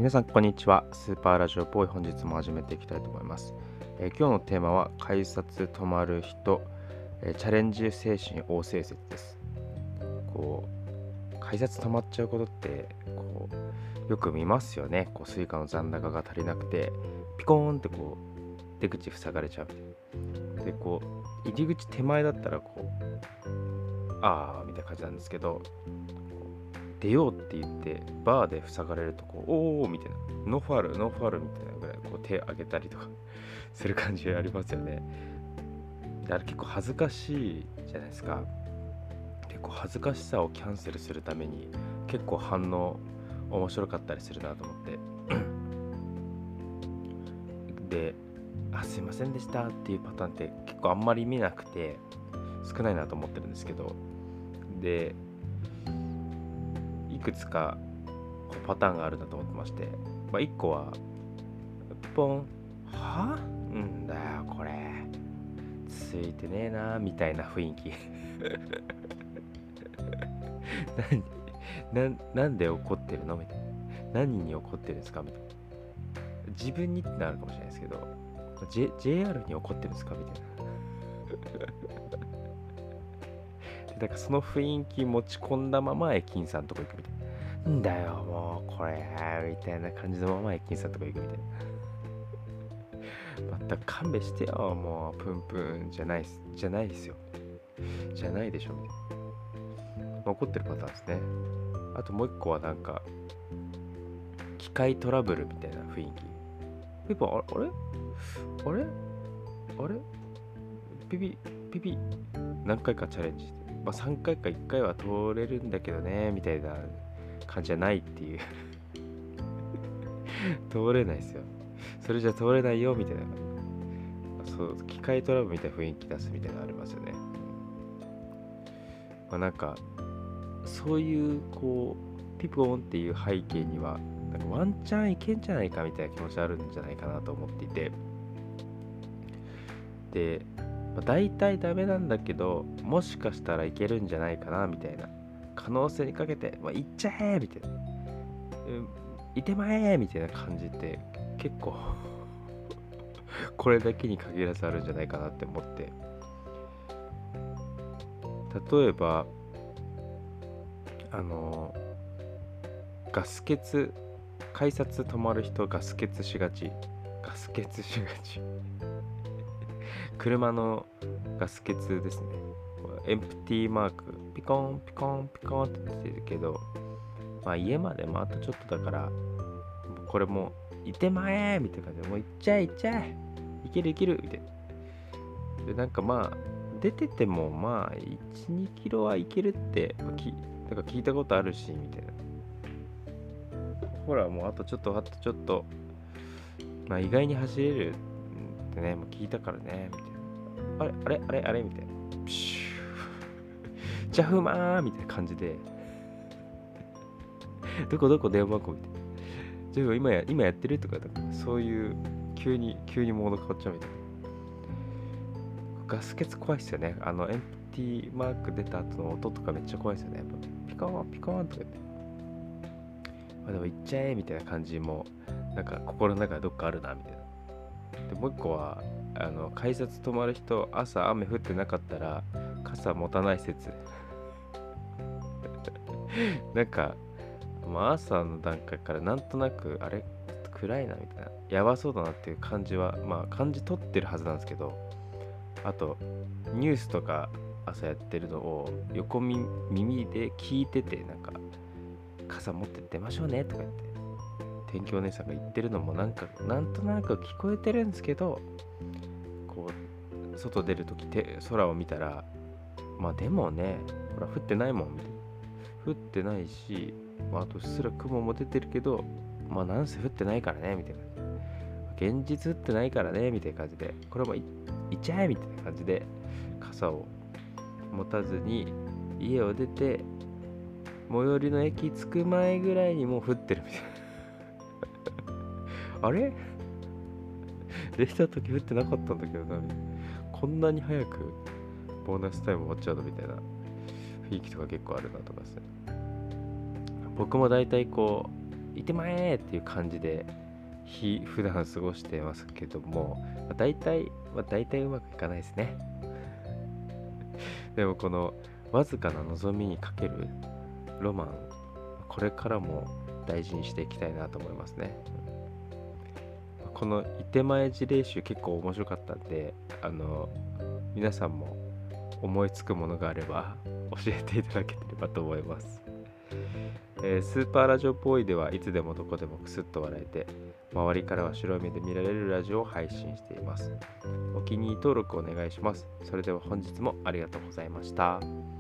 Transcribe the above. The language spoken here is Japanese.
皆さんこんにちは。スーパーラジオボーイ、本日も始めていきたいと思います。今日のテーマは改札止まる人、チャレンジ精神旺盛説です。改札止まっちゃうことってよく見ますよね。スイカの残高が足りなくてピコーンって出口塞がれちゃう。で入り口手前だったらあーみたいな感じなんですけど、出ようって言ってバーで塞がれるとおーみたいな、ノーファールみたいなぐらい手上げたりとかする感じありますよね。であれ結構恥ずかしいじゃないですか。結構恥ずかしさをキャンセルするために結構反応面白かったりするなと思ってで、すいませんでしたっていうパターンって結構あんまり見なくて少ないなと思ってるんですけど、でいくつかパターンがあるんだと思ってまして、1個はピポンはんだよこれついてねえなみたいな雰囲気なんで怒ってるのみたいな、何に怒ってるんですかみたいな、自分にってなるかもしれないですけど、JR に怒ってるんですかみたいなで、だからその雰囲気持ち込んだまま駅員さんとこ行くみたいな、んだよもうこれみたいな感じのまま駅員さんとこ行くみたいな、また勘弁してよもうプンプンじゃないですよ、じゃないでしょみたいな、怒ってるパターンですね。あともう一個はなんか機械トラブルみたいな雰囲気。ピポンあれピピ何回かチャレンジして、3回か1回は通れるんだけどねみたいな感じじゃないっていう通れないですよ、それじゃ通れないよみたいな、そう機械トラブルみたいな雰囲気出すみたいなのありますよね。なんかそういうピポンっていう背景にはなんかワンチャンいけんじゃないかみたいな気持ちあるんじゃないかなと思っていて、で、大体ダメなんだけどもしかしたらいけるんじゃないかなみたいな可能性にかけて、いっちゃえみたいな、いてまえみたいな感じって結構これだけに限らずあるんじゃないかなって思って、例えばガス欠、改札止まる人ガス欠しがち車のガス欠ですね。エンプティーマークピコンピコンピコンって出てるけど、家までもあとちょっとだからこれもいてまえみたいな感じで、もう行っちゃえいけるみたいな。でなんか出てても1、2キロはいけるってなんか聞いたことあるしみたいな。ほらもうあとちょっと意外に走れるってね、もう聞いたからねみたいな、あれみたいな、プシュージャフマーみたいな感じでどこ電話番号みたいな、じゃあ今やってるとか、そういう急にモード変わっちゃうみたいな。ガス欠怖いっすよね。エンプティーマーク出た後の音とかめっちゃ怖いっすよね。やっぱピコーンピコーンとか言って、でも行っちゃえみたいな感じもなんか心の中でどっかあるなみたいな。でもう一個は改札止まる人、朝雨降ってなかったら傘持たない説なんか朝の段階からなんとなくあれ暗いなみたいな、やばそうだなっていう感じは感じ取ってるはずなんですけど、あとニュースとか朝やってるのを横耳で聞いてて、なんか傘持って出ましょうねとか言って天気お姉さんが言ってるのもなんとなく聞こえてるんですけど、外出るとき空を見たらでもねほら降ってないもんみたいな、降ってないし、あとうっすら雲も出てるけどなんせ降ってないからねみたいな、現実降ってないからねみたいな感じで、これもいっちゃえみたいな感じで傘を持たずに家を出て最寄りの駅着く前ぐらいにもう降ってるみたいなあれできた時降ってなかったんだけどなみたいな、こんなに早くボーナスタイム終わっちゃうのみたいな雰囲気とか結構あるなとかですね。僕も大体行ってまえっていう感じで普段過ごしてますけども、大体うまくいかないですね。でもこのわずかな望みにかけるロマン、これからも大事にしていきたいなと思いますね。この伊手前事例集結構面白かったんで、皆さんも思いつくものがあれば教えていただければと思います。スーパーラジオボーイではいつでもどこでもクスッと笑えて、周りからは白目で見られるラジオを配信しています。お気に入り登録お願いします。それでは本日もありがとうございました。